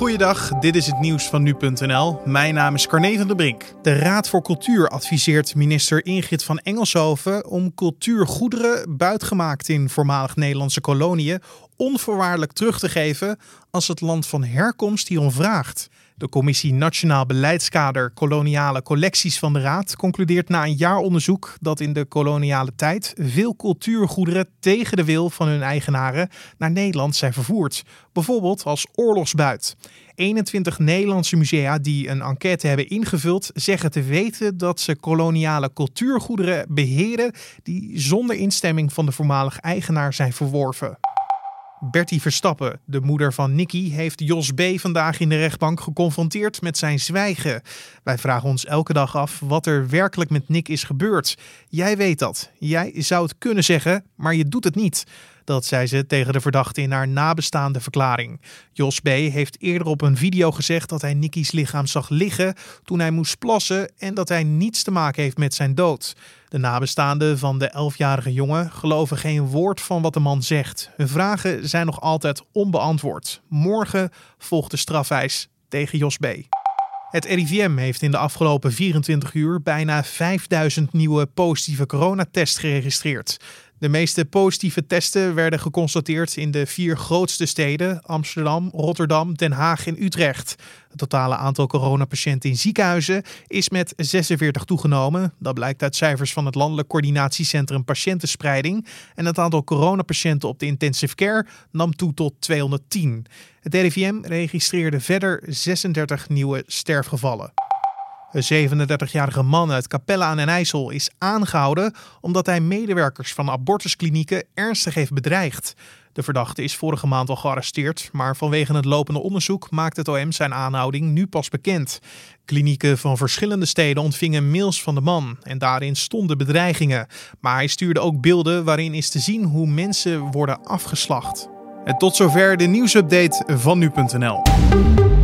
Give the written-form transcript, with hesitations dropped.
Goeiedag, dit is het nieuws van nu.nl. Mijn naam is Carne van der Brink. De Raad voor Cultuur adviseert minister Ingrid van Engelshoven om cultuurgoederen buitgemaakt in voormalig Nederlandse koloniën onvoorwaardelijk terug te geven als het land van herkomst hierom vraagt. De Commissie Nationaal Beleidskader Koloniale Collecties van de Raad concludeert na een jaar onderzoek dat in de koloniale tijd veel cultuurgoederen tegen de wil van hun eigenaren naar Nederland zijn vervoerd. Bijvoorbeeld als oorlogsbuit. 21 Nederlandse musea die een enquête hebben ingevuld zeggen te weten dat ze koloniale cultuurgoederen beheren die zonder instemming van de voormalig eigenaar zijn verworven. Bertie Verstappen, de moeder van Nicky, heeft Jos B. vandaag in de rechtbank geconfronteerd met zijn zwijgen. Wij vragen ons elke dag af wat er werkelijk met Nick is gebeurd. Jij weet dat. Jij zou het kunnen zeggen, maar je doet het niet. Dat zei ze tegen de verdachte in haar nabestaande verklaring. Jos B. heeft eerder op een video gezegd dat hij Nicky's lichaam zag liggen toen hij moest plassen en dat hij niets te maken heeft met zijn dood. De nabestaanden van de 11-jarige jongen geloven geen woord van wat de man zegt. Hun vragen zijn nog altijd onbeantwoord. Morgen volgt de strafeis tegen Jos B. Het RIVM heeft in de afgelopen 24 uur bijna 5000 nieuwe positieve coronatests geregistreerd. De meeste positieve testen werden geconstateerd in de 4 grootste steden: Amsterdam, Rotterdam, Den Haag en Utrecht. Het totale aantal coronapatiënten in ziekenhuizen is met 46 toegenomen. Dat blijkt uit cijfers van het Landelijk Coördinatiecentrum Patiëntenspreiding. En het aantal coronapatiënten op de intensive care nam toe tot 210. Het RIVM registreerde verder 36 nieuwe sterfgevallen. Een 37-jarige man uit Capelle aan den IJssel is aangehouden omdat hij medewerkers van abortusklinieken ernstig heeft bedreigd. De verdachte is vorige maand al gearresteerd, maar vanwege het lopende onderzoek maakt het OM zijn aanhouding nu pas bekend. Klinieken van verschillende steden ontvingen mails van de man en daarin stonden bedreigingen. Maar hij stuurde ook beelden waarin is te zien hoe mensen worden afgeslacht. En tot zover de nieuwsupdate van nu.nl.